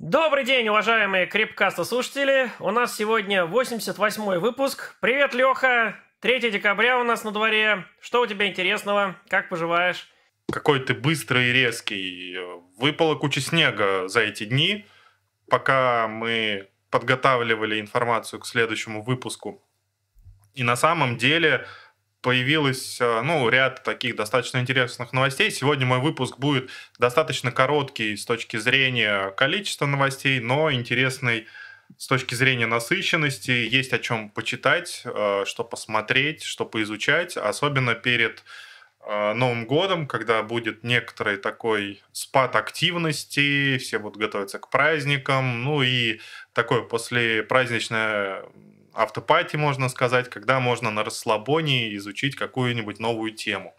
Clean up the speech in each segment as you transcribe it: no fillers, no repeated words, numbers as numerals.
Добрый день, уважаемые Крипкаста-слушатели. У нас сегодня 88-й выпуск. Привет, Леха. 3 декабря у нас на дворе. Что у тебя интересного? Как поживаешь? Какой ты быстрый и резкий. Выпала куча снега за эти дни, пока мы подготавливали информацию к следующему выпуску. И на самом деле появилось ряд таких достаточно интересных новостей. Сегодня мой выпуск будет достаточно короткий с точки зрения количества новостей, но интересный с точки зрения насыщенности. Есть о чем почитать, что посмотреть, что поизучать, особенно перед Новым годом, когда будет некоторый такой спад активности, все будут готовиться к праздникам, ну и такое послепраздничное автопати, можно сказать, когда можно на расслабоне изучить какую-нибудь новую тему.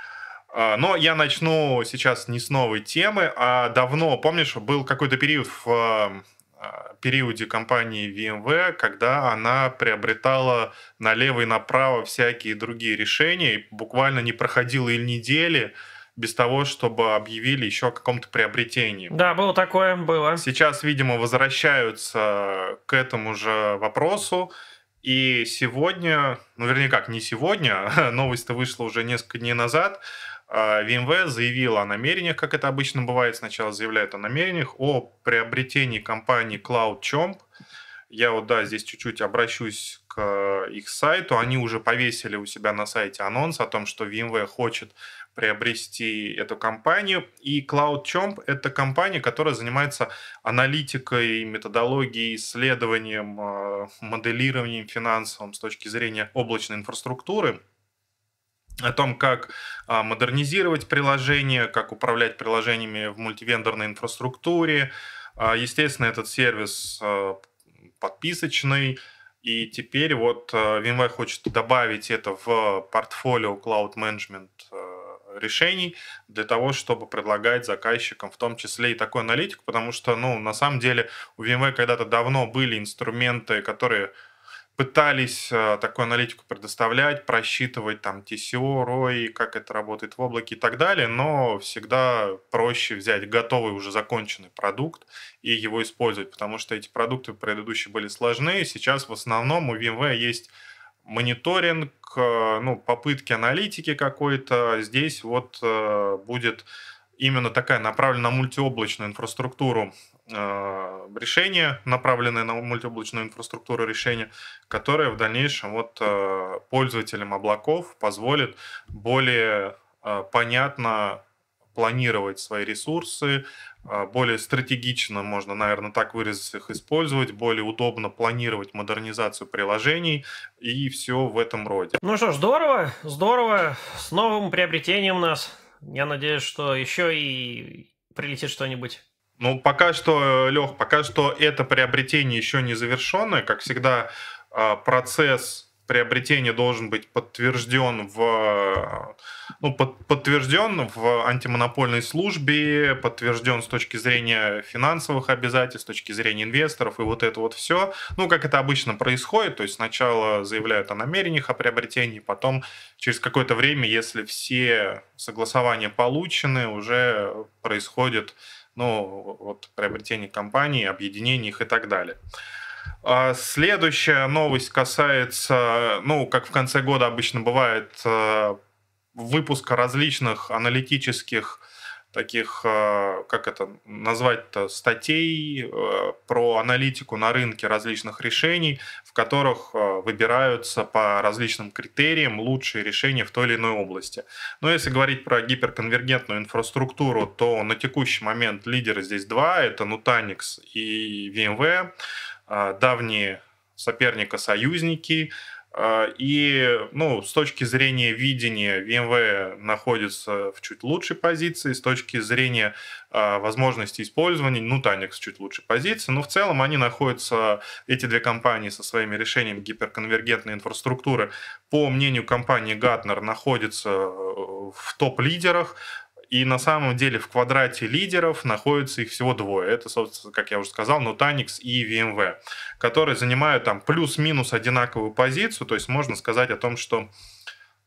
Но я начну сейчас не с новой темы, а давно, помнишь, был какой-то период в периоде компании VMware, когда она приобретала налево и направо всякие другие решения, и буквально не проходило и недели без того, чтобы объявили еще о каком-то приобретении. Да, было такое, было. Сейчас, видимо, возвращаются к этому же вопросу, и сегодня, ну, вернее как, не сегодня, новость-то вышла уже несколько дней назад, VMware заявила о намерениях, как это обычно бывает, сначала заявляют о намерениях, о приобретении компании CloudChomp. Я вот, да, здесь чуть-чуть обращусь к их сайту. Они уже повесили у себя на сайте анонс о том, что VMware хочет приобрести эту компанию. И CloudChomp – это компания, которая занимается аналитикой, методологией, исследованием, моделированием финансовым с точки зрения облачной инфраструктуры, о том, как модернизировать приложения, как управлять приложениями в мультивендорной инфраструктуре. Естественно, этот сервис подписочный, и теперь вот VMware хочет добавить это в портфолио Cloud Management решений для того, чтобы предлагать заказчикам в том числе и такой аналитику, потому что, ну, на самом деле у VMware когда-то давно были инструменты, которые пытались такую аналитику предоставлять, просчитывать там TCO, ROI, как это работает в облаке и так далее, но всегда проще взять готовый уже законченный продукт и его использовать, потому что эти продукты предыдущие были сложны. Сейчас в основном у VMware есть мониторинг, ну, попытки аналитики какой-то. Здесь вот будет именно такая направленная на мультиоблачную инфраструктуру решение, направленное на мультиоблачную инфраструктуру решения, которое в дальнейшем вот пользователям облаков позволит более понятно планировать свои ресурсы, более стратегично, можно, наверное, так выразиться, их использовать, более удобно планировать модернизацию приложений и все в этом роде. Ну что ж, здорово, здорово. С новым приобретением у нас. Я надеюсь, что еще и прилетит что-нибудь. Ну, пока что, Лех, пока что это приобретение еще не завершенное. Как всегда, процесс приобретения должен быть подтвержден подтвержден в антимонопольной службе, подтвержден с точки зрения финансовых обязательств, с точки зрения инвесторов и вот это вот все. Ну, как это обычно происходит, то есть сначала заявляют о намерениях о приобретении, потом через какое-то время, если все согласования получены, уже происходит вот приобретение компаний, объединение их и так далее. Следующая новость касается, ну, как в конце года обычно бывает, выпуска различных аналитических таких, как это назвать-то, статей про аналитику на рынке различных решений, в которых выбираются по различным критериям лучшие решения в той или иной области. Но если говорить про гиперконвергентную инфраструктуру, то на текущий момент лидеры здесь два, это Nutanix и VMware, давние соперники-союзники. И, ну, с точки зрения видения, VMware находится в чуть лучшей позиции, с точки зрения возможности использования, Nutanix в чуть лучшей позиции, но в целом они находятся, эти две компании со своими решениями гиперконвергентной инфраструктуры, по мнению компании Gartner, находятся в топ-лидерах. И на самом деле в квадрате лидеров находится их всего двое. Это, собственно, как я уже сказал, Nutanix и VMware, которые занимают там плюс-минус одинаковую позицию. То есть можно сказать о том, что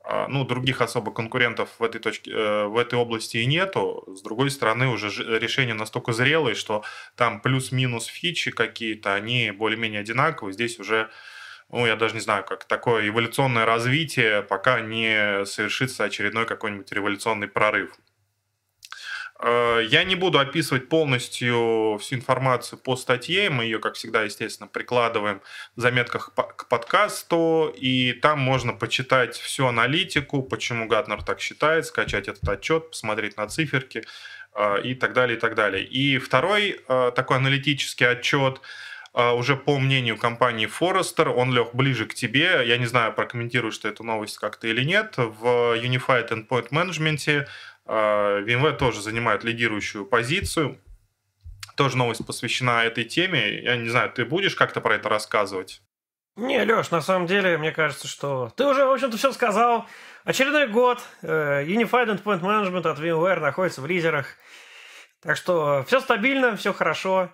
Ну, других особо конкурентов в этой области и нету. С другой стороны, уже решения настолько зрелые, что там плюс-минус фичи какие-то, они более-менее одинаковые. Здесь уже, ну, я даже не знаю, как такое эволюционное развитие, пока не совершится очередной какой-нибудь революционный прорыв. Я не буду описывать полностью всю информацию по статье. Мы ее, как всегда, естественно, прикладываем в заметках к подкасту. И там можно почитать всю аналитику, почему Гартнер так считает, скачать этот отчет, посмотреть на циферки и так далее, и так далее. И второй такой аналитический отчет уже по мнению компании Forrester, он, Лех, ближе к тебе. Я не знаю, прокомментируешь ты эту новость как-то или нет. В Unified Endpoint Management VMware тоже занимает лидирующую позицию. Тоже новость посвящена этой теме. Я не знаю, ты будешь как-то про это рассказывать? Не, Леш, на самом деле, мне кажется, что ты уже, в общем-то, все сказал. Очередной год Unified Endpoint Management от VMware находится в лидерах. Так что все стабильно, все хорошо.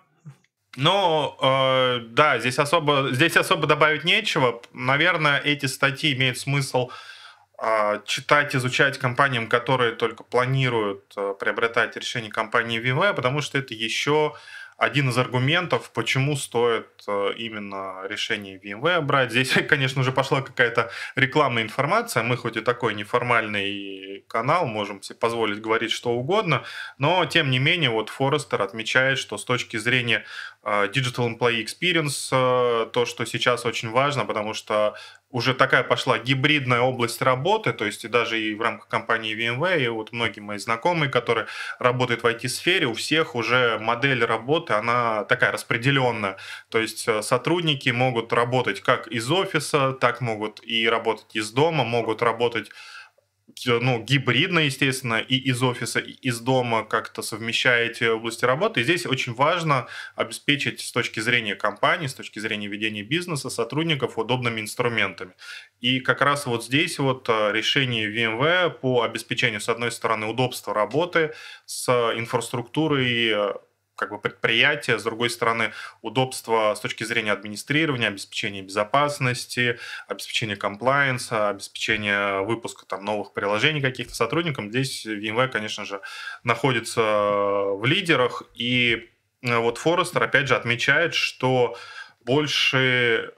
Но, да, здесь особо добавить нечего. Наверное, эти статьи имеют смысл читать, изучать компаниям, которые только планируют приобретать решения компании VMware, потому что это еще один из аргументов, почему стоит именно решение VMware брать. Здесь, конечно, уже пошла какая-то рекламная информация. Мы хоть и такой неформальный канал, можем себе позволить говорить что угодно, но, тем не менее, вот Forrester отмечает, что с точки зрения Digital Employee Experience, то, что сейчас очень важно, потому что уже такая пошла гибридная область работы, то есть и даже и в рамках компании VMware, и вот многие мои знакомые, которые работают в IT-сфере, у всех уже модель работы, она такая распределенная. То есть сотрудники могут работать как из офиса, так могут и работать из дома, могут работать гибридно, естественно, и из офиса, и из дома как-то совмещаете области работы. И здесь очень важно обеспечить с точки зрения компании, с точки зрения ведения бизнеса сотрудников удобными инструментами. И как раз вот здесь вот решение VMware по обеспечению, с одной стороны, удобства работы с инфраструктурой как бы предприятия, с другой стороны, удобство с точки зрения администрирования, обеспечения безопасности, обеспечения комплаенса, обеспечения выпуска там новых приложений каких-то сотрудникам. Здесь VMware, конечно же, находится в лидерах. И вот Forrester, опять же, отмечает, что больше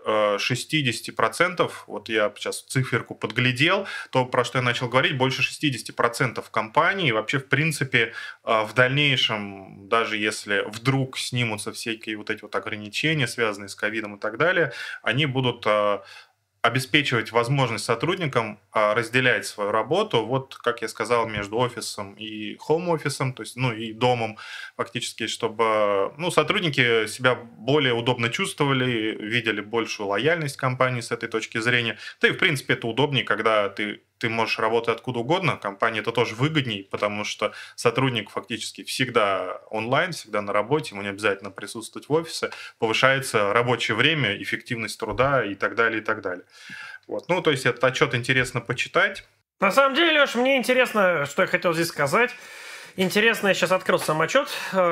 60%, вот я сейчас циферку подглядел, то, про что я начал говорить, больше 60% компаний вообще, в принципе, в дальнейшем, даже если вдруг снимутся всякие вот эти вот ограничения, связанные с ковидом и так далее, они будут обеспечивать возможность сотрудникам разделять свою работу, вот, как я сказал, между офисом и хоум-офисом, то есть, и домом фактически, чтобы, сотрудники себя более удобно чувствовали, видели большую лояльность компании с этой точки зрения. Да и, в принципе, это удобнее, когда ты можешь работать откуда угодно, компании это тоже выгодней, потому что сотрудник фактически всегда онлайн, всегда на работе, ему не обязательно присутствовать в офисе, повышается рабочее время, эффективность труда и так далее, и так далее. Вот. То есть этот отчет интересно почитать. На самом деле, Леш, мне интересно, что я хотел здесь сказать. Интересно, я сейчас открыл сам отчет.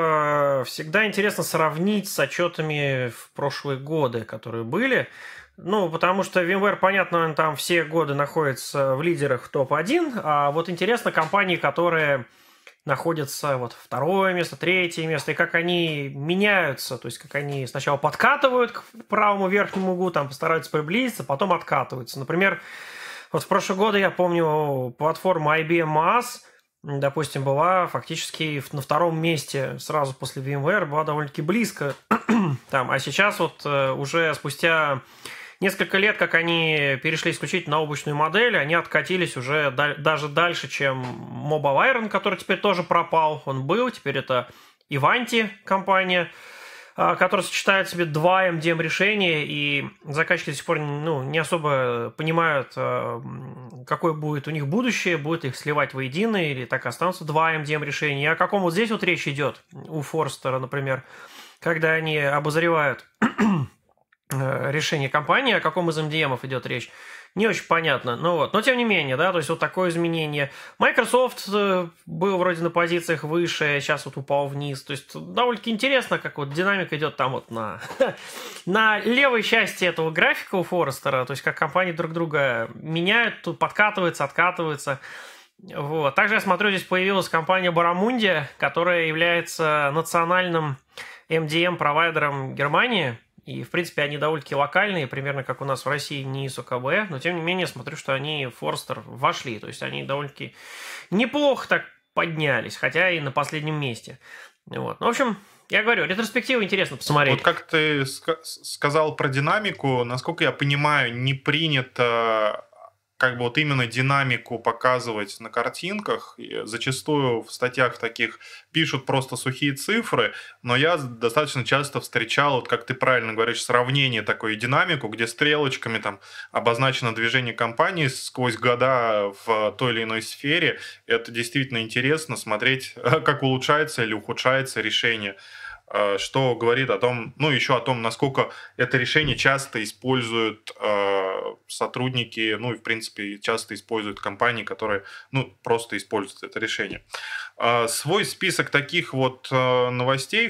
Всегда интересно сравнить с отчетами в прошлые годы, которые были. Потому что VMware, понятно, он там все годы находится в лидерах в топ-1, а вот интересно компании, которые находятся вот второе место, третье место, и как они меняются, то есть как они сначала подкатывают к правому верхнему углу, там постараются приблизиться, потом откатываются. Например, вот в прошлые годы, я помню, платформа IBM Maas, допустим, была фактически на втором месте сразу после VMware, была довольно-таки близко там, а сейчас вот уже спустя несколько лет, как они перешли исключительно на облачную модель, они откатились уже даже дальше, чем Mobile Iron, который теперь тоже пропал. Он был, теперь это Ivanti компания, которая сочетает в себе два MDM решения, и заказчики до сих пор не особо понимают, какое будет у них будущее, будет их сливать воедино, или так и останутся два MDM решения. И о каком вот здесь вот речь идет у Forrester, например, когда они обозревают решение компании, о каком из MDM идет речь. Не очень понятно. Ну вот. Но тем не менее, да, то есть вот такое изменение. Microsoft был вроде на позициях выше, сейчас вот упал вниз. То есть довольно-таки интересно, как вот динамика идет там вот на, на левой части этого графика у Форестера. То есть как компании друг друга меняют, тут подкатываются, откатываются. Вот. Также я смотрю, здесь появилась компания Barramundi, которая является национальным MDM-провайдером Германии. И, в принципе, они довольно-таки локальные, примерно как у нас в России НИИС ОКБ, но, тем не менее, смотрю, что они в Форестер вошли, то есть они довольно-таки неплохо так поднялись, хотя и на последнем месте. Вот. Ну, в общем, я говорю, ретроспективу интересно посмотреть. Вот как ты сказал про динамику, насколько я понимаю, не принято как бы вот именно динамику показывать на картинках. И зачастую в статьях таких пишут просто сухие цифры, но я достаточно часто встречал, вот как ты правильно говоришь, сравнение такой динамику, где стрелочками там обозначено движение компании сквозь года в той или иной сфере. Это действительно интересно смотреть, как улучшается или ухудшается решение, что говорит о том, ну, еще о том, насколько это решение часто используют сотрудники, ну, и, в принципе, часто используют компании, которые, ну, просто используют это решение. Свой список таких вот новостей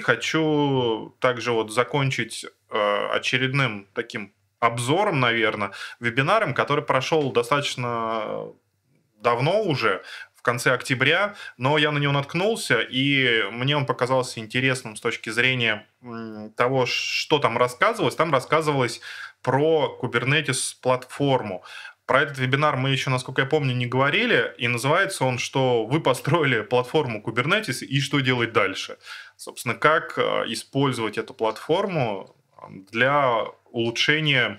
хочу также вот закончить очередным таким обзором, наверное, вебинаром, который прошел достаточно давно уже, в конце октября, но я на него наткнулся, и мне он показался интересным с точки зрения того, что там рассказывалось. Там рассказывалось про Kubernetes-платформу. Про этот вебинар мы еще, насколько я помню, не говорили, и называется он, что вы построили платформу Kubernetes и что делать дальше. Собственно, как использовать эту платформу для улучшения,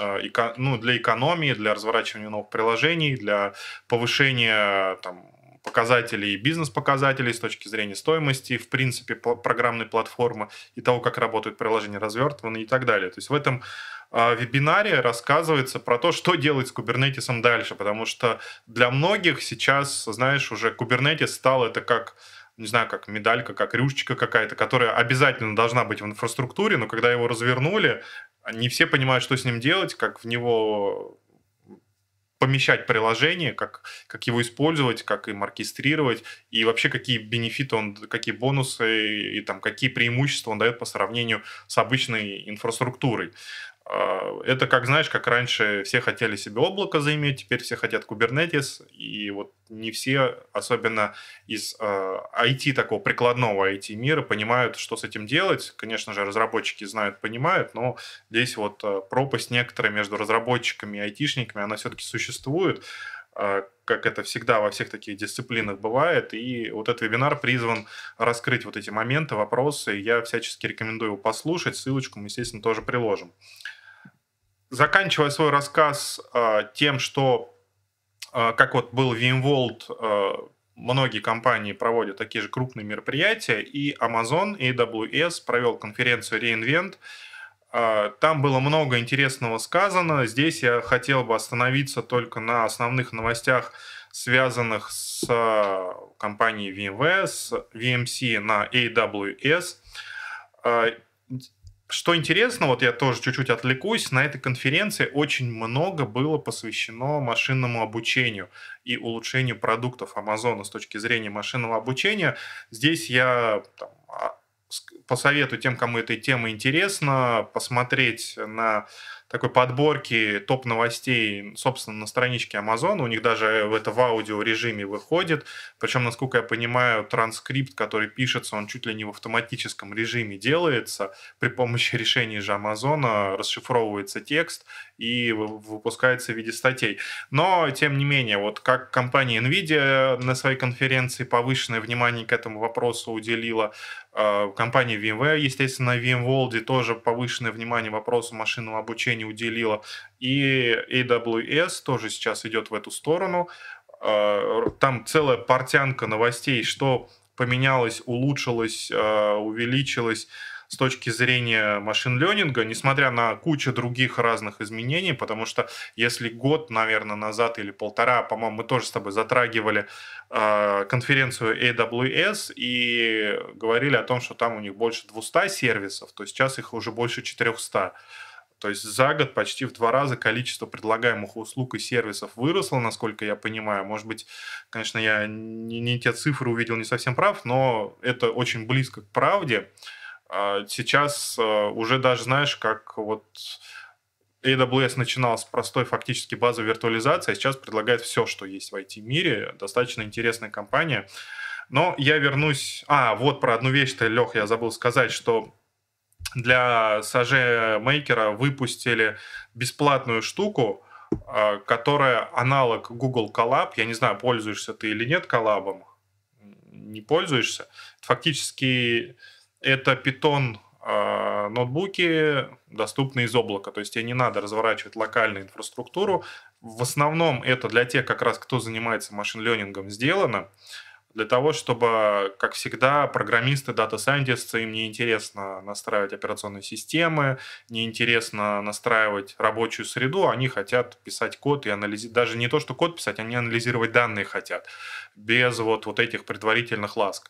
ну, для экономии, для разворачивания новых приложений, для повышения там, показателей, бизнес-показателей с точки зрения стоимости, в принципе, программной платформы и того, как работают приложения развертываны и так далее. То есть в этом вебинаре рассказывается про то, что делать с Kubernetes дальше, потому что для многих сейчас, знаешь, уже Kubernetes стал это как, не знаю, как медалька, как рюшечка какая-то, которая обязательно должна быть в инфраструктуре, но когда его развернули, не все понимают, что с ним делать, как в него помещать приложение, как его использовать, как им оркестрировать, и вообще какие бенефиты он, какие бонусы и там, какие преимущества он дает по сравнению с обычной инфраструктурой. Это как, знаешь, как раньше все хотели себе облако заиметь, теперь все хотят Kubernetes, и вот не все, особенно из IT, такого прикладного IT-мира, понимают, что с этим делать. Конечно же, разработчики знают, понимают, но здесь вот пропасть некоторая между разработчиками и айтишниками, она все-таки существует, как это всегда во всех таких дисциплинах бывает, и вот этот вебинар призван раскрыть вот эти моменты, вопросы, и я всячески рекомендую его послушать, ссылочку мы, естественно, тоже приложим. Заканчивая свой рассказ тем, что как вот был VMworld, многие компании проводят такие же крупные мероприятия, и Amazon, AWS провел конференцию re:Invent. Там было много интересного сказано. Здесь я хотел бы остановиться только на основных новостях, связанных с компанией VMware, с VMC на AWS. Что интересно, вот я тоже чуть-чуть отвлекусь, на этой конференции очень много было посвящено машинному обучению и улучшению продуктов Amazon с точки зрения машинного обучения. Здесь я посоветую тем, кому эта тема интересна, посмотреть на такой подборки топ-новостей, собственно, на страничке Amazon. У них даже это в аудиорежиме выходит. Причем, насколько я понимаю, транскрипт, который пишется, он чуть ли не в автоматическом режиме делается. При помощи решений же Amazon расшифровывается текст и выпускается в виде статей. Но, тем не менее, вот как компания NVIDIA на своей конференции повышенное внимание к этому вопросу уделила, компания VMware, естественно, на VMworld тоже повышенное внимание вопросу машинного обучения уделила. И AWS тоже сейчас идет в эту сторону. Там целая портянка новостей, что поменялось, улучшилось, увеличилось с точки зрения машин-ленинга, несмотря на кучу других разных изменений, потому что если год, наверное, назад или полтора, по-моему, мы тоже с тобой затрагивали конференцию AWS и говорили о том, что там у них больше 200 сервисов, то сейчас их уже больше 400. То есть за год почти в 2 раза количество предлагаемых услуг и сервисов выросло, насколько я понимаю. Может быть, конечно, я не те цифры увидел, не совсем прав, но это очень близко к правде. Сейчас уже даже, знаешь, как вот AWS начинал с простой фактически базовой виртуализации, а сейчас предлагает все, что есть в IT-мире. Достаточно интересная компания. Но я вернусь... вот про одну вещь-то, Лех, я забыл сказать, что для SageMaker выпустили бесплатную штуку, которая аналог Google Colab. Я не знаю, пользуешься ты или нет Colab'ом. Не пользуешься. Фактически это Python ноутбуки, доступные из облака. То есть тебе не надо разворачивать локальную инфраструктуру. В основном это для тех, как раз кто занимается машин-лернингом, сделано. Для того, чтобы, как всегда, программисты, дата-сайентисты, им неинтересно настраивать операционные системы, неинтересно настраивать рабочую среду, они хотят писать код и анализировать, даже не то, что код писать, они анализировать данные хотят, без вот этих предварительных ласк.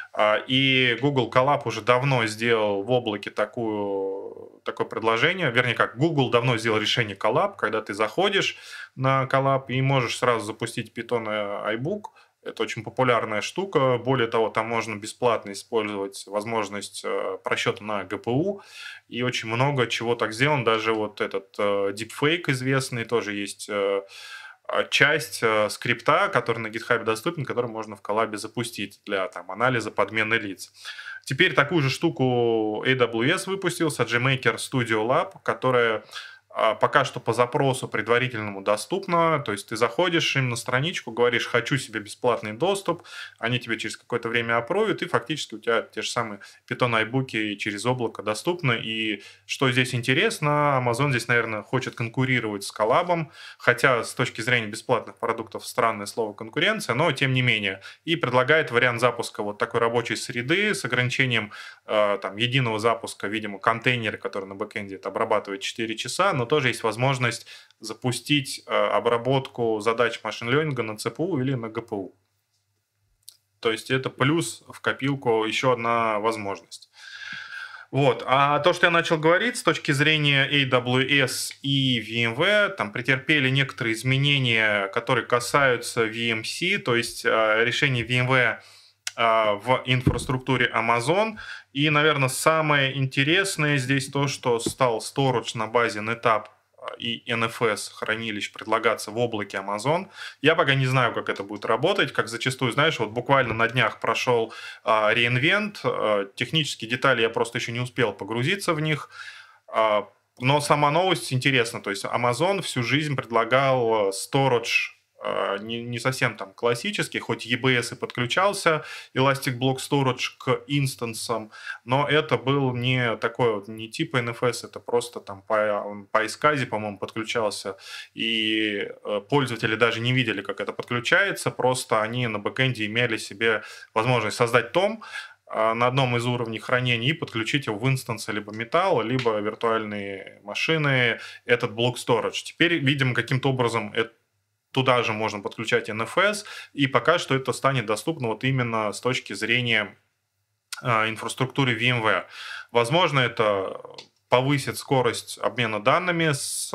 И Google Colab уже давно сделал в облаке такое предложение, вернее как, Google давно сделал решение Colab, когда ты заходишь на Colab и можешь сразу запустить Python iBook. Это очень популярная штука. Более того, там можно бесплатно использовать возможность просчета на GPU. И очень много чего так сделано. Даже вот этот deepfake известный, тоже есть часть скрипта, который на GitHub доступен, который можно в коллабе запустить для анализа подмены лиц. Теперь такую же штуку AWS выпустил, SageMaker Studio Lab, которая пока что по запросу предварительному доступно, то есть ты заходишь им на страничку, говоришь, хочу себе бесплатный доступ, они тебе через какое-то время опровят, и фактически у тебя те же самые Python iBook через облако доступны. И что здесь интересно, Amazon здесь, наверное, хочет конкурировать с Colab'ом, хотя с точки зрения бесплатных продуктов странное слово конкуренция, но тем не менее. И предлагает вариант запуска вот такой рабочей среды с ограничением единого запуска, видимо, контейнера, который на бэкэнде обрабатывает 4 часа, но тоже есть возможность запустить обработку задач машин-лернинга на ЦПУ или на ГПУ. То есть это плюс в копилку, еще одна возможность. Вот. А то, что я начал говорить, с точки зрения AWS и VMware, там претерпели некоторые изменения, которые касаются VMC, то есть решение VMware в инфраструктуре Amazon. И, наверное, самое интересное здесь то, что стал storage на базе NetApp и NFS хранилищ предлагаться в облаке Amazon. Я пока не знаю, как это будет работать, как зачастую, знаешь, вот буквально на днях прошел reInvent, технические детали я просто еще не успел погрузиться в них, но сама новость интересна, то есть Amazon всю жизнь предлагал storage не совсем классический, хоть EBS и подключался, Elastic Block Storage к инстансам, но это был не такой не типа NFS, это просто по iSCSI, по-моему, подключался, и пользователи даже не видели, как это подключается, просто они на бэкэнде имели себе возможность создать том на одном из уровней хранения и подключить его в инстансы либо металла, либо виртуальные машины, этот блок storage. Теперь, видимо, каким-то образом туда же можно подключать NFS, и пока что это станет доступно вот именно с точки зрения инфраструктуры VMware. Возможно, это повысит скорость обмена данными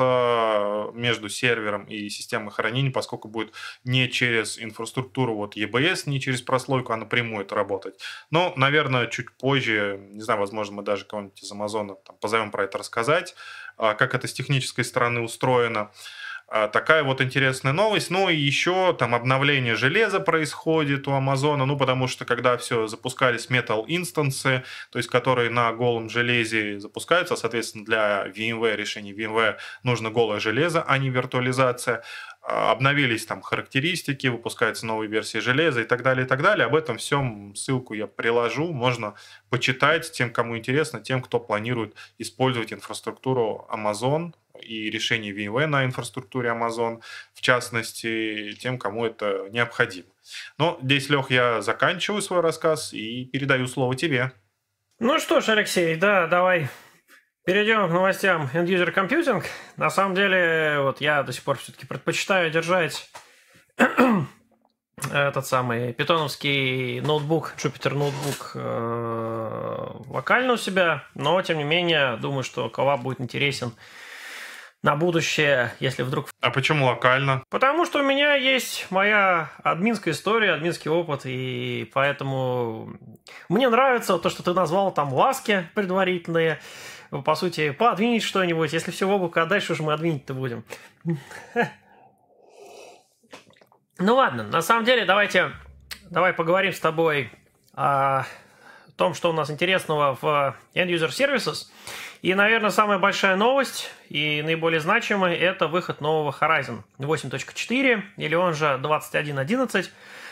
между сервером и системой хранения, поскольку будет не через инфраструктуру EBS, не через прослойку, а напрямую это работать. Но, наверное, чуть позже, не знаю, возможно, мы даже кого-нибудь из Амазона позовем про это рассказать, как это с технической стороны устроено. Такая вот интересная новость. Ну и еще обновление железа происходит у Амазона, потому что когда все запускались Metal инстансы, то есть которые на голом железе запускаются, соответственно, для VMware, решений VMware нужно голое железо, а не виртуализация. Обновились характеристики, выпускаются новые версии железа и так далее, и так далее. Об этом всем ссылку я приложу, можно почитать тем, кому интересно, тем, кто планирует использовать инфраструктуру Amazon и решение VMware на инфраструктуре Amazon, в частности, тем, кому это необходимо. Но здесь, Лех, я заканчиваю свой рассказ и передаю слово тебе. Ну что ж, Алексей, да, давай перейдем к новостям End User Computing. На самом деле, я до сих пор все-таки предпочитаю держать этот самый питоновский ноутбук, Jupyter ноутбук локально у себя, но, тем не менее, думаю, что Colab будет интересен на будущее, если вдруг... А почему локально? Потому что у меня есть моя админская история, админский опыт, и поэтому мне нравится то, что ты назвал там ласки предварительные. По сути, поадминить что-нибудь. Если все в облако отдать, что же мы админить-то будем? Ну ладно, на самом деле давай поговорим с тобой о том, что у нас интересного в End-User Services. И, наверное, самая большая новость и наиболее значимая – это выход нового Horizon 8.4, или он же 21.11.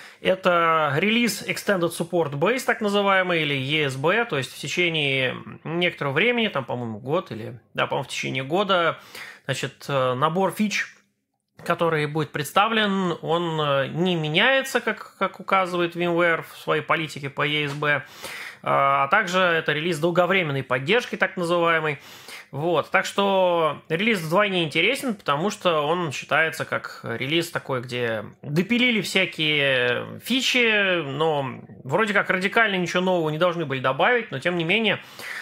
Это релиз Extended Support Base, так называемый, или ESB, то есть в течение некоторого времени, там, по-моему, год или, да, по-моему, в течение года, значит, набор фич, который будет представлен, он не меняется, как указывает VMware в своей политике по ESB, а также это релиз долговременной поддержки, так называемый. Вот. Так что релиз вдвойне интересен, потому что он считается как релиз такой, где допилили всякие фичи, но вроде как радикально ничего нового не должны были добавить, но тем не менее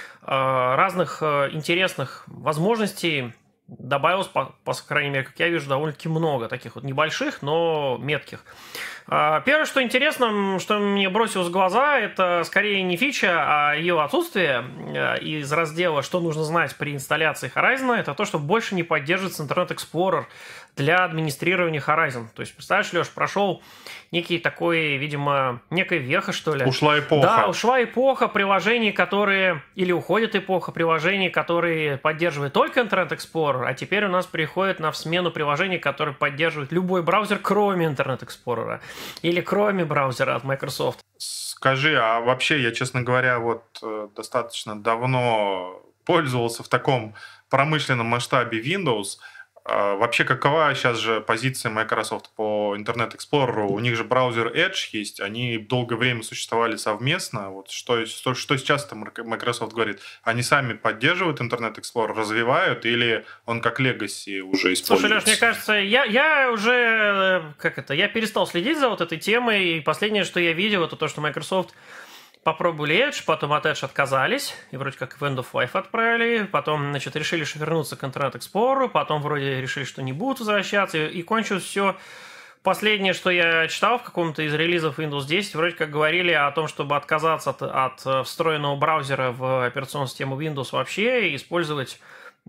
разных интересных возможностей добавилось, по крайней мере, как я вижу, довольно-таки много таких вот небольших, но метких. Первое, что интересно, что мне бросилось в глаза, это скорее не фича, а ее отсутствие из раздела «Что нужно знать при инсталляции Horizon», это то, что больше не поддерживается Internet Explorer для администрирования Horizon. То есть, представляешь, Леш, прошел некий такой, видимо, некая веха, что ли. Ушла эпоха. Да, ушла эпоха приложений, которые... Или уходит эпоха приложений, которые поддерживают только Internet Explorer, а теперь у нас переходит на смену приложений, которые поддерживают любой браузер, кроме Internet Explorer. Или кроме браузера от Microsoft. Скажи, а вообще я, честно говоря, вот достаточно давно пользовался в таком промышленном масштабе Windows. Вообще, какова сейчас же позиция Microsoft по Internet Explorer? У них же браузер Edge есть, они долгое время существовали совместно. Вот что сейчас Microsoft говорит? Они сами поддерживают Internet Explorer, развивают, или он как Legacy уже используется? Слушай, Леш, мне кажется, я уже, я перестал следить за вот этой темой, и последнее, что я видел, это то, что Microsoft попробовали Edge, потом от Edge отказались, и вроде как в End of Life отправили, потом, значит, решили, что вернуться к Internet Explorer, потом вроде решили, что не будут возвращаться, и кончилось все. Последнее, что я читал в каком-то из релизов Windows 10, вроде как говорили о том, чтобы отказаться от встроенного браузера в операционную систему Windows вообще и использовать,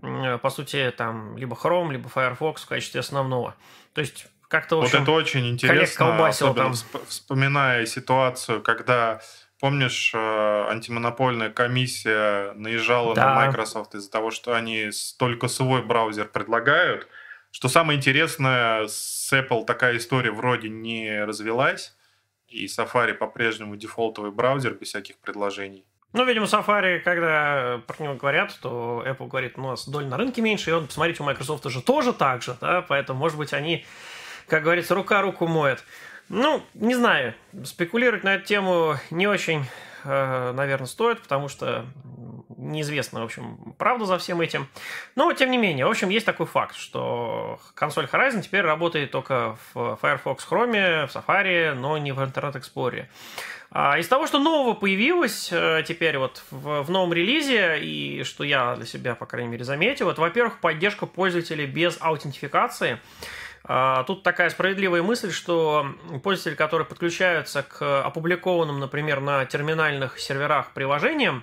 по сути, там, либо Chrome, либо Firefox в качестве основного. То есть, как-то, в общем, вот это очень интересно, особенно вспоминая ситуацию, когда... Помнишь, антимонопольная комиссия наезжала на Microsoft из-за того, что они только свой браузер предлагают. Что самое интересное, с Apple такая история вроде не развелась, и Safari по-прежнему дефолтовый браузер без всяких предложений. Ну, видимо, Safari, когда про него говорят, то Apple говорит, у нас доля на рынке меньше, и он, посмотрите, у Microsoft уже тоже так же, да, поэтому, может быть, они, как говорится, рука руку моет. Ну, не знаю, спекулировать на эту тему не очень, наверное, стоит, потому что неизвестно, в общем, правда за всем этим. Но, тем не менее, в общем, есть такой факт, что консоль Horizon теперь работает только в Firefox Chrome, в Safari, но не в Internet Explorer. Из того, что нового появилось теперь вот в новом релизе, и что я для себя, по крайней мере, заметил, это, во-первых, поддержка пользователей без аутентификации. Тут такая справедливая мысль, что пользователи, которые подключаются к опубликованным, например, на терминальных серверах приложениям,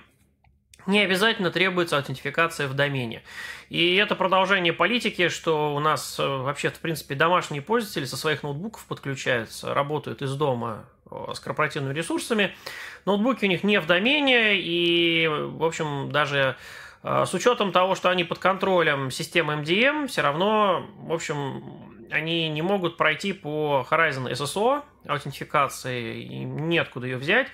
не обязательно требуется аутентификация в домене. И это продолжение политики, что у нас вообще, в принципе, домашние пользователи со своих ноутбуков подключаются, работают из дома с корпоративными ресурсами. Ноутбуки у них не в домене, и, в общем, даже с учетом того, что они под контролем системы MDM, все равно, в общем, они не могут пройти по Horizon SSO аутентификации, им неоткуда ее взять.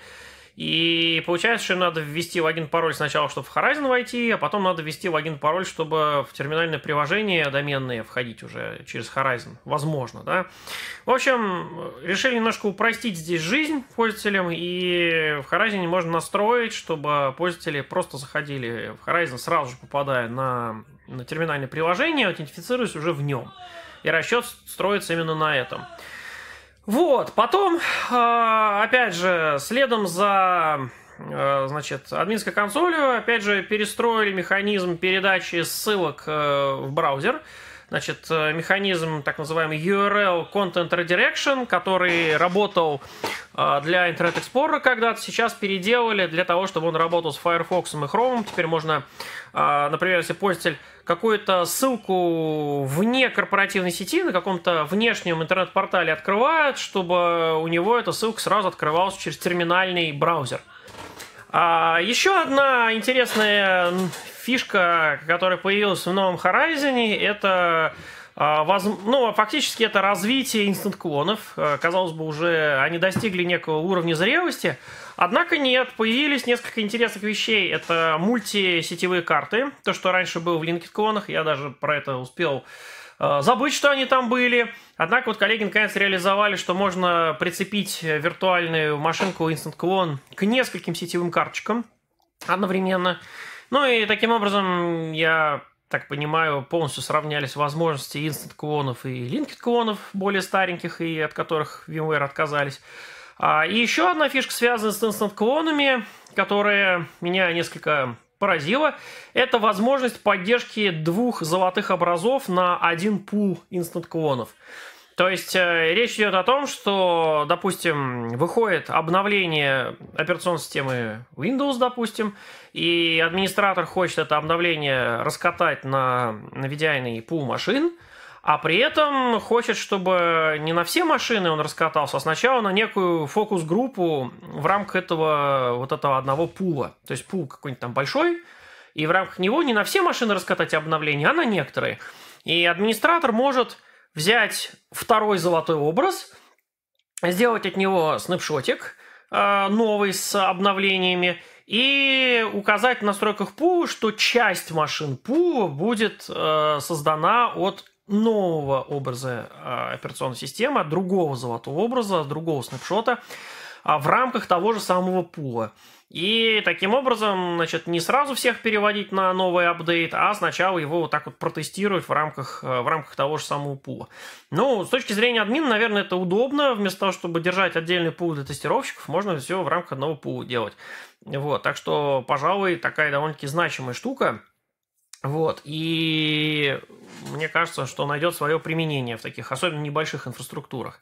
И получается, что им надо ввести логин пароль сначала, чтобы в Horizon войти, а потом надо ввести логин пароль, чтобы в терминальное приложение доменные входить уже через Horizon. Возможно, да? В общем, решили немножко упростить здесь жизнь пользователям, и в Horizon можно настроить, чтобы пользователи просто заходили в Horizon, сразу же попадая на терминальное приложение, аутентифицируясь уже в нем. И расчет строится именно на этом. Вот, потом, опять же, следом за значит, админской консолью, опять же, перестроили механизм передачи ссылок в браузер. Значит, механизм так называемый URL Content Redirection, который работал для Internet Explorer когда-то, сейчас переделали для того, чтобы он работал с Firefox и Chrome. Теперь можно, например, если пользователь какую-то ссылку вне корпоративной сети на каком-то внешнем интернет-портале открывает, чтобы у него эта ссылка сразу открывалась через терминальный браузер. Еще одна интересная фишка, которая появилась в новом Horizon, это фактически это развитие инстант-клонов. Казалось бы, уже они достигли некого уровня зрелости. Однако нет, появились несколько интересных вещей. Это мультисетевые карты, то, что раньше было в Linked-клонах. Я даже про это успел забыть, что они там были. Однако вот коллеги наконец реализовали, что можно прицепить виртуальную машинку инстант-клон к нескольким сетевым карточкам одновременно. Ну и таким образом, я так понимаю, полностью сравнялись возможности инстант-клонов и линкед-клонов, более стареньких, и от которых VMware отказались. И еще одна фишка, связанная с инстант-клонами, которая меня несколько поразила, это возможность поддержки 2 золотых образов на один пул инстант-клонов. То есть речь идет о том, что, допустим, выходит обновление операционной системы Windows, допустим, и администратор хочет это обновление раскатать на VDI пул машин, а при этом хочет, чтобы не на все машины он раскатался, а сначала на некую фокус-группу в рамках этого одного пула. То есть пул какой-нибудь там большой, и в рамках него не на все машины раскатать обновление, а на некоторые. И администратор может взять второй золотой образ, сделать от него снапшотик новый с обновлениями и указать в настройках пула, что часть машин пула будет создана от нового образа операционной системы, от другого золотого образа, от другого снапшота в рамках того же самого пула. И таким образом, значит, не сразу всех переводить на новый апдейт, а сначала его вот так вот протестировать в рамках того же самого пула. Ну, с точки зрения админа, наверное, это удобно. Вместо того, чтобы держать отдельный пул для тестировщиков, можно все в рамках одного пула делать. Вот, так что, пожалуй, такая довольно-таки значимая штука. Вот, и мне кажется, что найдет свое применение в таких, особенно небольших инфраструктурах.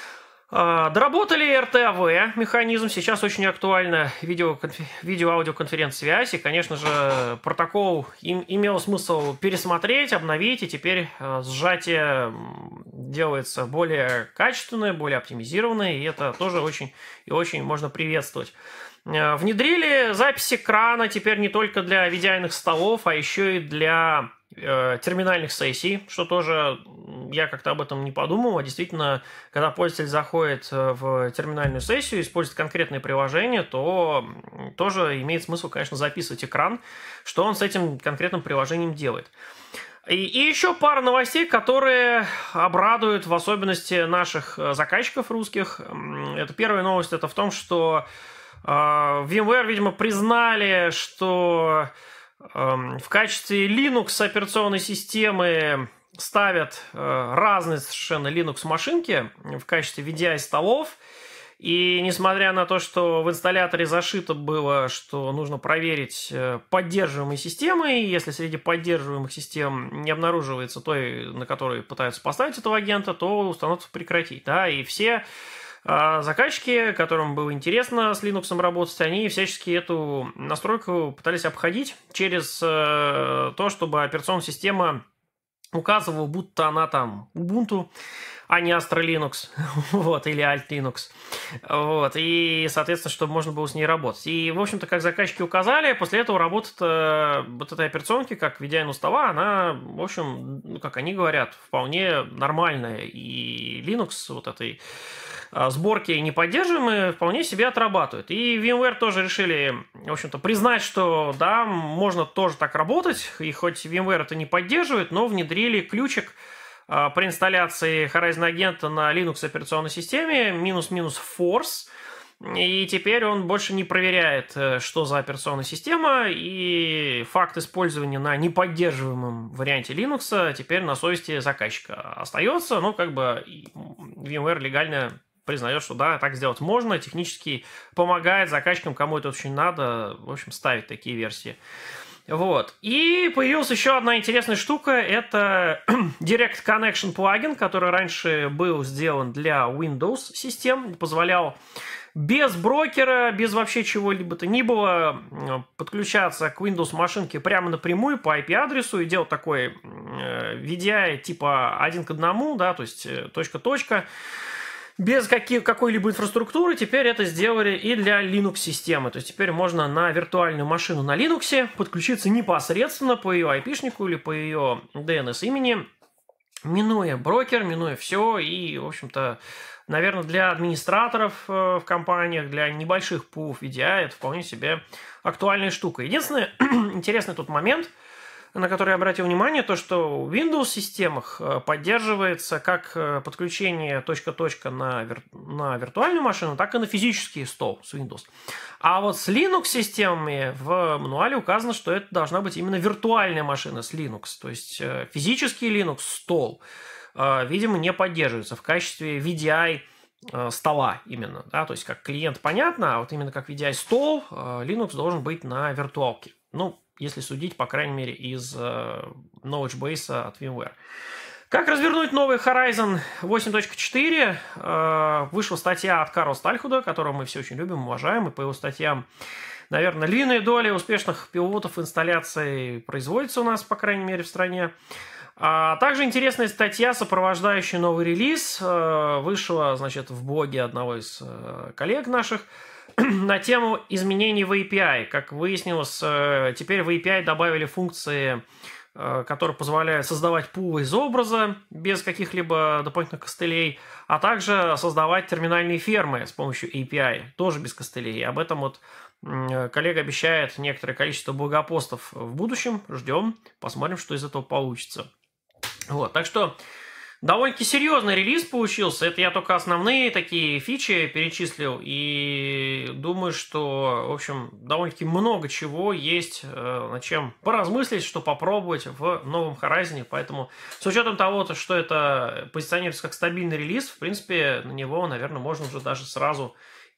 Доработали RTAV механизм, сейчас очень актуальна видео-аудиоконференц-связь, и, конечно же, протокол имел смысл пересмотреть, обновить, и теперь сжатие делается более качественное, более оптимизированное, и это тоже очень и очень можно приветствовать. Внедрили запись экрана теперь не только для VDI-ных столов, а еще и для терминальных сессий, что тоже я как-то об этом не подумал, а действительно, когда пользователь заходит в терминальную сессию, использует конкретное приложение, то тоже имеет смысл, конечно, записывать экран, что он с этим конкретным приложением делает. И еще пара новостей, которые обрадуют в особенности наших заказчиков русских. Это первая новость, это в том, что VMware, видимо, признали, что в качестве Linux операционной системы ставят разные совершенно Linux машинки в качестве VDI столов. И несмотря на то, что в инсталляторе зашито было, что нужно проверить поддерживаемые системы, и если среди поддерживаемых систем не обнаруживается той, на которой пытаются поставить этого агента, то установку прекратить. Да? И все заказчики, которым было интересно с Linux работать, они всячески эту настройку пытались обходить через то, чтобы операционная система указывала, будто она там Ubuntu, а не Astra Linux, вот, или Alt Linux, вот, и, соответственно, чтобы можно было с ней работать. И, в общем-то, как заказчики указали, после этого работа вот этой операционки, как VDI стола, она, в общем, ну, как они говорят, вполне нормальная, и Linux вот этой сборки неподдерживаемые вполне себе отрабатывают. И VMware тоже решили, в общем-то, признать, что да, можно тоже так работать, и хоть VMware это не поддерживает, но внедрили ключик при инсталляции Horizon агента на Linux операционной системе --force, и теперь он больше не проверяет, что за операционная система, и факт использования на неподдерживаемом варианте Linux теперь на совести заказчика остается, но как бы VMware легально признает, что да, так сделать можно, технически помогает заказчикам, кому это очень надо, в общем, ставить такие версии. Вот. И появилась еще одна интересная штука, это Direct Connection плагин, который раньше был сделан для Windows систем, позволял без брокера, без вообще чего-либо то ни было подключаться к Windows машинке прямо напрямую по IP-адресу и делать такой VDI типа 1 к 1, да, то есть точка-точка, без какой-либо инфраструктуры. Теперь это сделали и для Linux-системы. То есть теперь можно на виртуальную машину на Linux подключиться непосредственно по ее IP-шнику или по ее DNS-имени, минуя брокер, минуя все. И, в общем-то, наверное, для администраторов в компаниях, для небольших пулов VDI это вполне себе актуальная штука. Единственный интересный тут момент, на который я обратил внимание, то, что в Windows-системах поддерживается как подключение точка-точка на виртуальную машину, так и на физический стол с Windows. А вот с Linux-системами в мануале указано, что это должна быть именно виртуальная машина с Linux. То есть физический Linux-стол, видимо, не поддерживается в качестве VDI стола именно. Да? То есть как клиент понятно, а вот именно как VDI-стол Linux должен быть на виртуалке. Ну, если судить, по крайней мере, из knowledge base от VMware. Как развернуть новый Horizon 8.4? Вышла статья от Карла Стальхуда, которого мы все очень любим, уважаем, и по его статьям, наверное, львиная доля успешных пилотов инсталляций производится у нас, по крайней мере, в стране. А также интересная статья, сопровождающая новый релиз, вышла, значит, в блоге одного из коллег наших, на тему изменений в API. Как выяснилось, теперь в API добавили функции, которые позволяют создавать пулы из образа без каких-либо дополнительных костылей, а также создавать терминальные фермы с помощью API, тоже без костылей. Об этом вот коллега обещает некоторое количество блогопостов в будущем. Ждем, посмотрим, что из этого получится. Вот, так что довольно-таки серьезный релиз получился. Это я только основные такие фичи перечислил. И думаю, что, в общем, довольно-таки много чего есть, над чем поразмыслить, что попробовать в новом Horizon. Поэтому с учетом того, что это позиционируется как стабильный релиз, в принципе, на него, наверное, можно уже даже сразу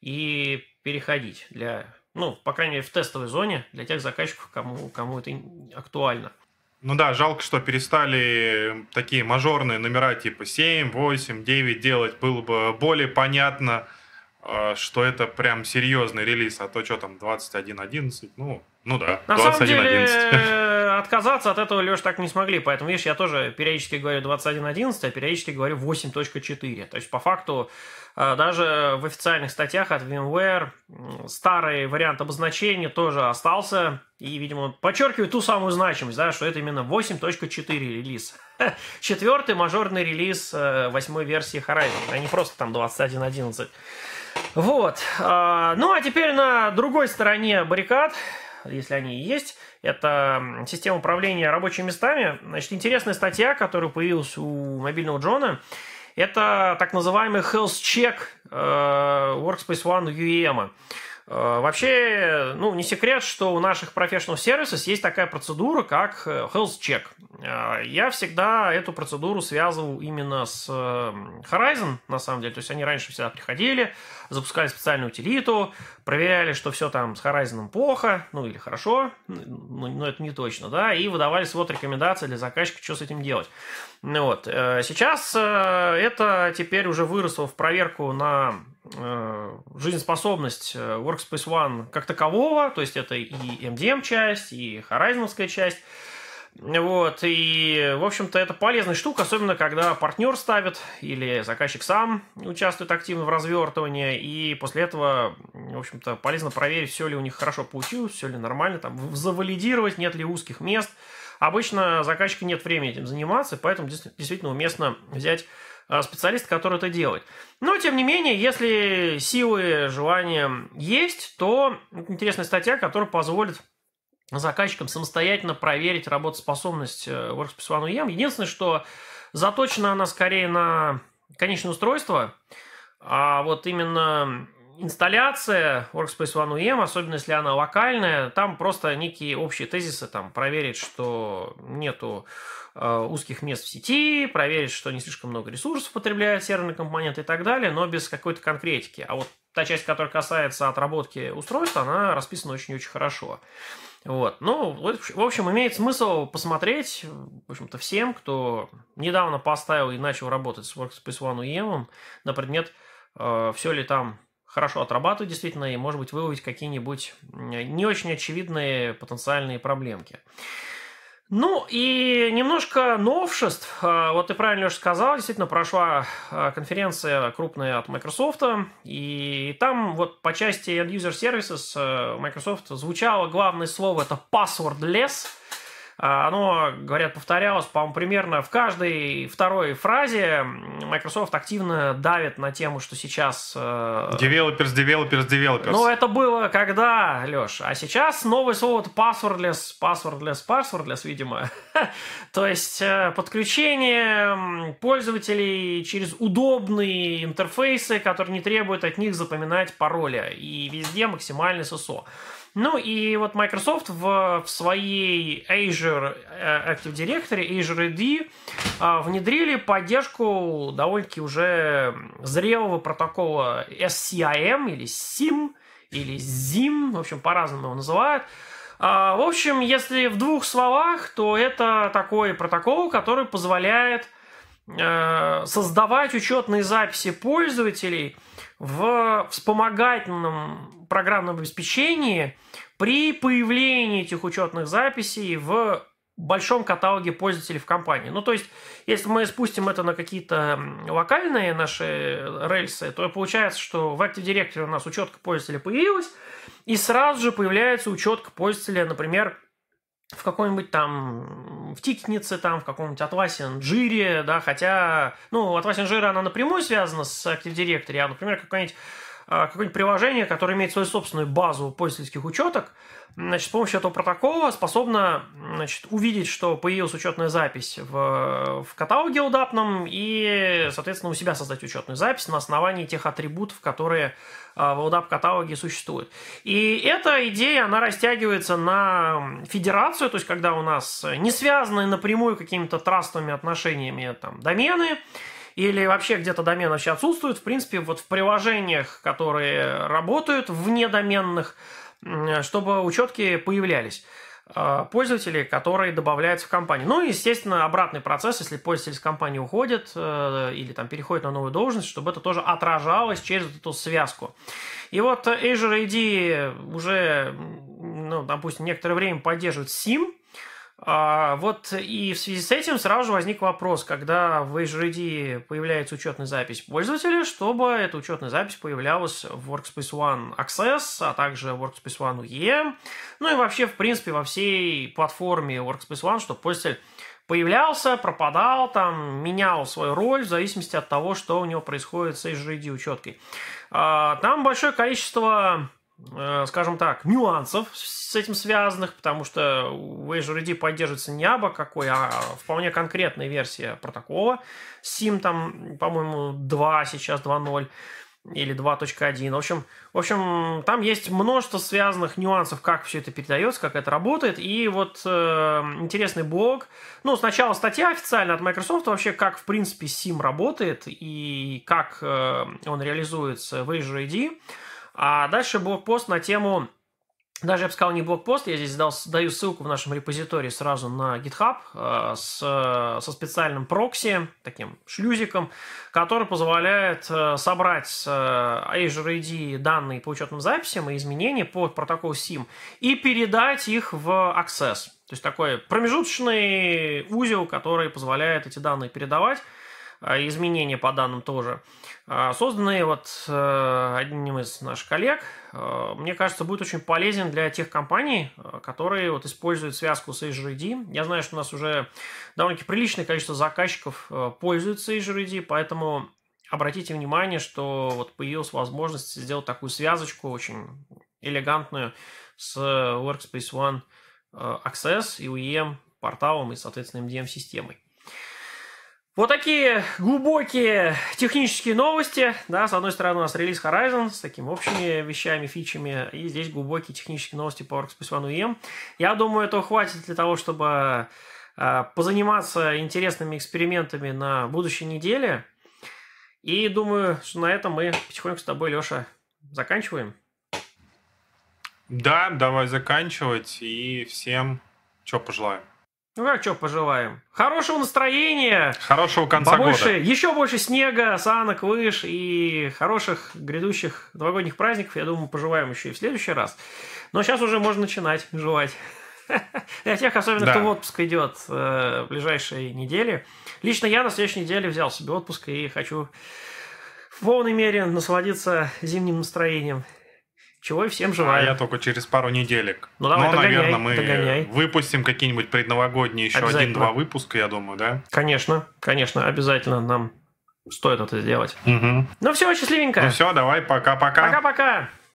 и переходить. Ну, по крайней мере, в тестовой зоне для тех заказчиков, кому это актуально. Ну да, жалко, что перестали такие мажорные номера типа 7, 8, 9 делать. Было бы более понятно, что это прям серьезный релиз. А то что там, 21.11, ну да, 21.11. На самом деле, отказаться от этого, Леш, так не смогли. Поэтому, видишь, я тоже периодически говорю 21.11, а периодически говорю 8.4. То есть, по факту, даже в официальных статьях от VMware старый вариант обозначения тоже остался. И, видимо, подчеркивает ту самую значимость, да, что это именно 8.4 релиз. Четвертый мажорный релиз 8-й версии Horizon, а не просто там 21.11. Вот. Ну, а теперь на другой стороне баррикад, если они и есть, это система управления рабочими местами. Значит, интересная статья, которая появилась у мобильного Джона, это так называемый Health Check Workspace ONE UEM. Вообще, ну, не секрет, что у наших Professional Services есть такая процедура, как Health Check. Я всегда эту процедуру связывал именно с Horizon, на самом деле. То есть они раньше всегда приходили, запускали специальную утилиту, проверяли, что все там с Horizon плохо, ну или хорошо, но это не точно, да, и выдавали свод рекомендаций для заказчика, что с этим делать. Ну, вот. Сейчас это теперь уже выросло в проверку на жизнеспособность Workspace ONE как такового, то есть это и MDM-часть, и Horizon-овская часть. Вот, и, в общем-то, это полезная штука, особенно когда партнер ставит или заказчик сам участвует активно в развертывании, и после этого, в общем-то, полезно проверить, все ли у них хорошо получилось, все ли нормально, там, завалидировать, нет ли узких мест. Обычно заказчика нет времени этим заниматься, поэтому действительно уместно взять специалиста, который это делает. Но, тем не менее, если силы, желание есть, то интересная статья, которая позволит заказчикам самостоятельно проверить работоспособность Workspace ONE UEM. Единственное, что заточена она скорее на конечное устройство, а вот именно инсталляция Workspace ONE UEM, особенно если она локальная, там просто некие общие тезисы, там проверить, что нету узких мест в сети, проверить, что не слишком много ресурсов потребляет серверный компонент и так далее, но без какой-то конкретики. А вот та часть, которая касается отработки устройства, она расписана очень-очень хорошо. Вот. Ну, в общем, имеет смысл посмотреть, в общем-то, всем, кто недавно поставил и начал работать с Workspace ONE UEM на предмет, все ли там хорошо отрабатывает действительно, и, может быть, выявить какие-нибудь не очень очевидные потенциальные проблемки. Ну, и немножко новшеств. Вот ты правильно, Леша, сказал, действительно прошла конференция крупная от Microsoft, и там вот по части End User Services Microsoft звучало главное слово – это passwordless. Оно, говорят, повторялось, по-моему, примерно в каждой второй фразе. Microsoft активно давит на тему, что сейчас... Developers. Ну, это было когда, Леш? А сейчас новое слово – это passwordless, видимо. То есть подключение пользователей через удобные интерфейсы, которые не требуют от них запоминать пароли. И везде максимальный SSO. Ну и вот Microsoft в своей Azure Active Directory, Azure AD, внедрили поддержку довольно-таки уже зрелого протокола SCIM или SIM или ZIM, в общем, по-разному его называют. В общем, если в двух словах, то это такой протокол, который позволяет создавать учетные записи пользователей в вспомогательном программном обеспечении при появлении этих учетных записей в большом каталоге пользователей в компании. Ну, то есть, если мы спустим это на какие-то локальные наши рельсы, то получается, что в Active Directory у нас учетка пользователя появилась, и сразу же появляется учетка пользователя, например, в какой-нибудь там, в тикетнице, там, в каком-нибудь Atlassian Jira, да, хотя, ну, Atlassian Jira, она напрямую связана с Active Directory, а, например, какое-нибудь приложение, которое имеет свою собственную базу пользовательских учеток, значит, с помощью этого протокола способна, значит, увидеть, что появилась учетная запись в каталоге LDAP, и, соответственно, у себя создать учетную запись на основании тех атрибутов, которые в LDAP-каталоге существуют. И эта идея, она растягивается на федерацию, то есть когда у нас не связаны напрямую какими-то трастовыми отношениями там, домены, или вообще где-то домен вообще отсутствует, в принципе, вот в приложениях, которые работают вне доменных, чтобы учетки появлялись пользователи, которые добавляются в компанию. Ну и, естественно, обратный процесс, если пользователь из компании уходит или там переходит на новую должность, чтобы это тоже отражалось через эту связку. И вот Azure AD уже, ну, допустим, некоторое время поддерживает SIM. Вот и в связи с этим сразу же возник вопрос, когда в Azure AD появляется учетная запись пользователя, чтобы эта учетная запись появлялась в Workspace ONE Access, а также в Workspace ONE UEM, ну и вообще, в принципе, во всей платформе Workspace ONE, чтобы пользователь появлялся, пропадал, там, менял свою роль в зависимости от того, что у него происходит с Azure AD учеткой. Там большое количество, скажем так, нюансов с этим связанных, потому что в Azure AD поддерживается не абы какой, а вполне конкретная версия протокола. SIM там, по-моему, 2 сейчас, 2.0 или 2.1. В общем, там есть множество связанных нюансов, как все это передается, как это работает. И вот интересный блог. Ну, сначала статья официально от Microsoft, вообще, как, в принципе, SIM работает и как он реализуется в Azure AD. А дальше блокпост на тему, даже я бы сказал не блокпост, я здесь даю ссылку в нашем репозитории сразу на GitHub со специальным прокси, таким шлюзиком, который позволяет собрать с Azure AD данные по учетным записям и изменения под протокол SIM и передать их в Access. То есть такой промежуточный узел, который позволяет эти данные передавать, изменения по данным тоже, созданные вот одним из наших коллег. Мне кажется, будет очень полезен для тех компаний, которые вот используют связку с Azure AD. Я знаю, что у нас уже довольно-таки приличное количество заказчиков пользуются Azure AD, поэтому обратите внимание, что вот появилась возможность сделать такую связочку очень элегантную с Workspace ONE Access и UEM порталом и, соответственно, MDM-системой. Вот такие глубокие технические новости. Да, с одной стороны, у нас релиз Horizon с такими общими вещами, фичами, и здесь глубокие технические новости по Workspace ONE UEM. Я думаю, этого хватит для того, чтобы позаниматься интересными экспериментами на будущей неделе. И думаю, что на этом мы потихоньку с тобой, Леша, заканчиваем. Да, давай заканчивать, и всем что пожелаем. Ну, как что пожелаем? Хорошего настроения. Хорошего конца года. Еще больше снега, санок, лыж и хороших грядущих новогодних праздников. Я думаю, пожелаем еще и в следующий раз. Но сейчас уже можно начинать желать. Для тех, особенно, кто в отпуск идет в ближайшие недели. Лично я на следующей неделе взял себе отпуск и хочу в полной мере насладиться зимним настроением. Чего и всем желаю. А я только через пару неделек. Ну, давай, наверное, мы выпустим какие-нибудь предновогодние еще 1-2 выпуска, я думаю, да? Конечно, обязательно нам стоит это сделать. Угу. Ну все, счастливенько. Ну все, давай, пока-пока. Пока-пока.